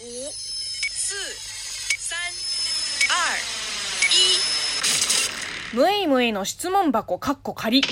5、4、3、2、1。むいむいの質問箱仮。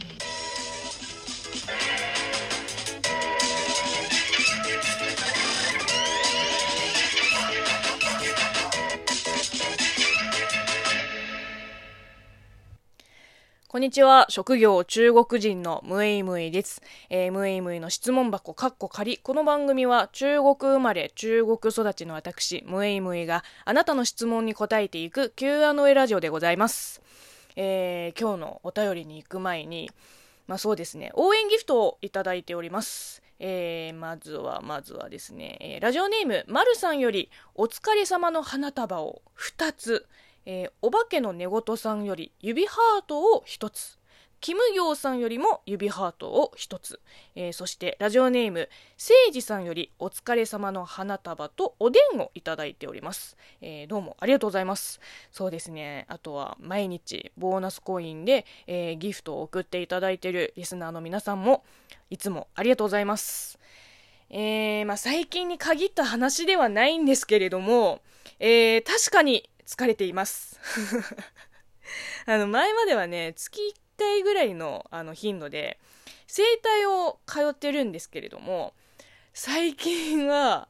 こんにちは。職業中国人のムイムイです。ムイムイの質問箱仮。この番組は中国生まれ中国育ちの私ムイムイがあなたの質問に答えていく Q&A ラジオでございます。今日のお便りに行く前にそうですね、応援ギフトをいただいております。まずはですね、ラジオネームまるさんよりお疲れ様の花束を2つ、お化けの寝言さんより指ハートを1つ、キムギョウさんよりも指ハートを1つ、そしてラジオネームせいじさんよりお疲れ様の花束とおでんをいただいております。どうもありがとうございます。そうですね、あとは毎日ボーナスコインで、ギフトを送っていただいているリスナーの皆さんもいつもありがとうございます。最近に限った話ではないんですけれども、確かに疲れています前まではね、月1回ぐらいの頻度で整体を通ってるんですけれども、最近は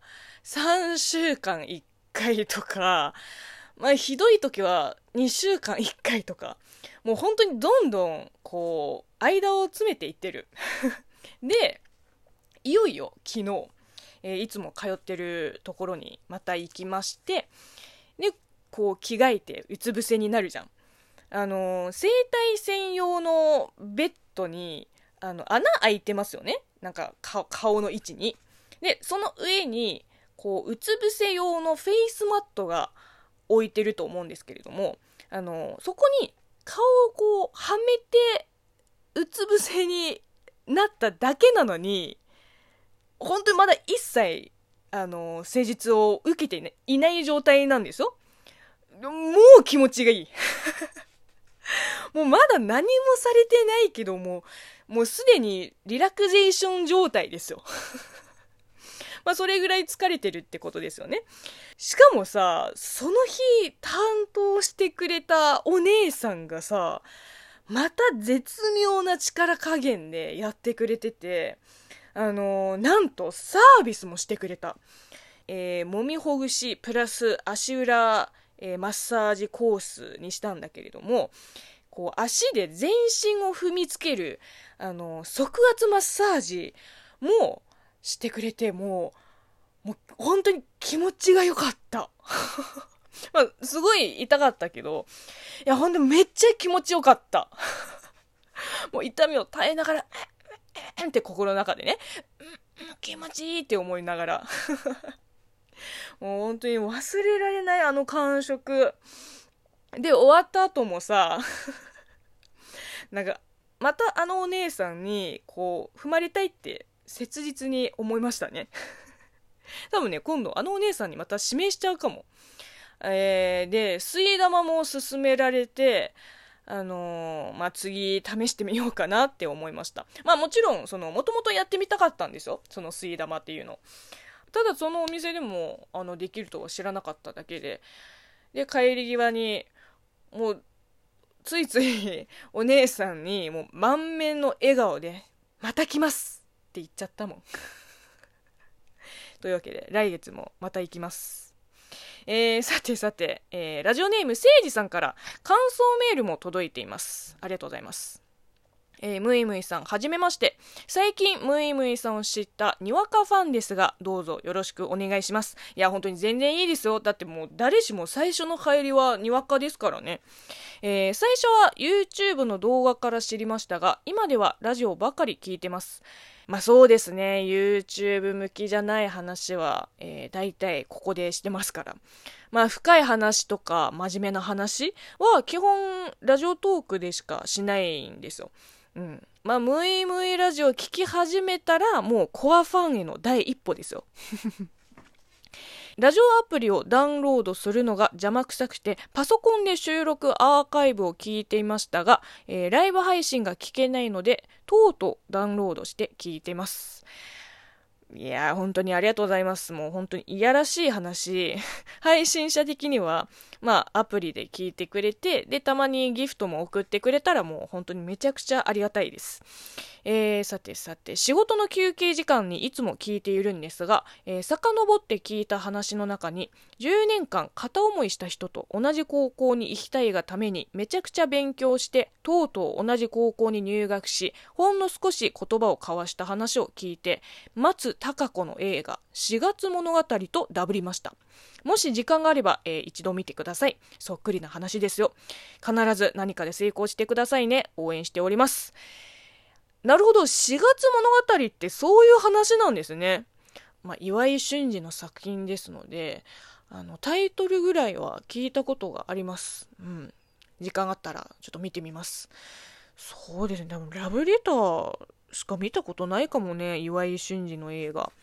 3週間1回とか、ひどい時は2週間1回とか、もう本当にどんどんこう間を詰めていってるで、いよいよ昨日、いつも通ってるところにまた行きまして、でこう着替えてうつ伏せになるじゃん。整体専用のベッドに穴開いてますよね、なんか顔の位置に。でその上にこううつ伏せ用のフェイスマットが置いてると思うんですけれども、そこに顔をこうはめてうつ伏せになっただけなのに、本当にまだ一切施術を受けていない状態なんですよ。もう気持ちがいいもうまだ何もされてないけどもうすでにリラクゼーション状態ですよそれぐらい疲れてるってことですよね。しかもさ、その日担当してくれたお姉さんがさ、また絶妙な力加減でやってくれてて、なんとサービスもしてくれた。揉みほぐしプラス足裏マッサージコースにしたんだけれども、こう足で全身を踏みつける側圧マッサージもしてくれて、もう本当に気持ちが良かったすごい痛かったけど、いや本当にめっちゃ気持ちよかったもう痛みを耐えながらって心の中でね、気持ちいいって思いながらもう本当に忘れられない感触で、終わった後もさなんかまたお姉さんにこう踏まれたいって切実に思いましたね多分ね、今度お姉さんにまた指名しちゃうかも。で吸い玉も勧められて、次試してみようかなって思いました。もちろんもともとやってみたかったんですよ、その吸い玉っていうの。ただそのお店でもできるとは知らなかっただけで、帰り際にもうついついお姉さんにもう満面の笑顔でまた来ますって言っちゃったもんというわけで来月もまた行きます。さて、ラジオネームせいじさんから感想メールも届いています。ありがとうございます。ムイムイさんはじめまして。最近ムイムイさんを知ったにわかファンですが、どうぞよろしくお願いします。いや本当に全然いいですよ。だってもう誰しも最初の入りはにわかですからね。最初は YouTube の動画から知りましたが、今ではラジオばかり聞いてます。そうですね、 YouTube 向きじゃない話は、だいたいここでしてますから。深い話とか真面目な話は基本ラジオトークでしかしないんですよ。ムイムイラジオ聞き始めたらもうコアファンへの第一歩ですよラジオアプリをダウンロードするのが邪魔くさくてパソコンで収録アーカイブを聞いていましたが、ライブ配信が聞けないのでとうとうダウンロードして聞いてます。 いやー、本当にありがとうございます。もう本当にいやらしい話。配信者的には、アプリで聞いてくれて、で、たまにギフトも送ってくれたらもう本当にめちゃくちゃありがたいです。さてさて、仕事の休憩時間にいつも聞いているんですが、遡って聞いた話の中に、10年間片思いした人と同じ高校に行きたいがためにめちゃくちゃ勉強して、とうとう同じ高校に入学し、ほんの少し言葉を交わした話を聞いて、松たか子の映画4月物語とダブりました。もし時間があれば、一度見てください。そっくりな話ですよ。必ず何かで成功してくださいね。応援しております。なるほど、4月物語ってそういう話なんですね。岩井俊二の作品ですので、タイトルぐらいは聞いたことがあります。時間があったらちょっと見てみます。そうですね、多分ラブレターしか見たことないかもね、岩井俊二の映画。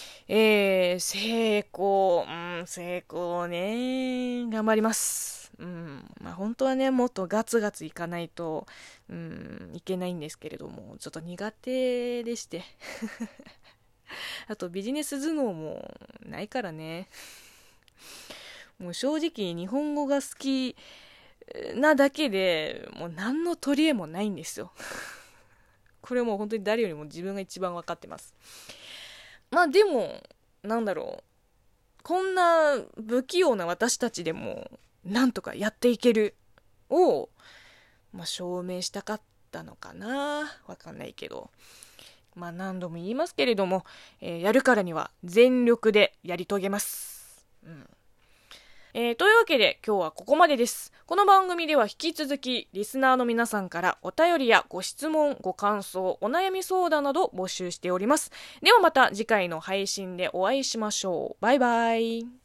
成功、成功ね、頑張ります。本当はね、もっとガツガツいかないと、いけないんですけれども、ちょっと苦手でして。あとビジネス頭脳もないからね。もう正直日本語が好きなだけで、もう何の取り柄もないんですよ。これもう本当に誰よりも自分が一番分かってます。でも、なんだろう。こんな不器用な私たちでも、なんとかやっていけるを、証明したかったのかな。わかんないけど。何度も言いますけれども、やるからには全力でやり遂げます。というわけで今日はここまでです。この番組では引き続きリスナーの皆さんからお便りやご質問、ご感想、お悩み相談など募集しております。ではまた次回の配信でお会いしましょう。バイバイ。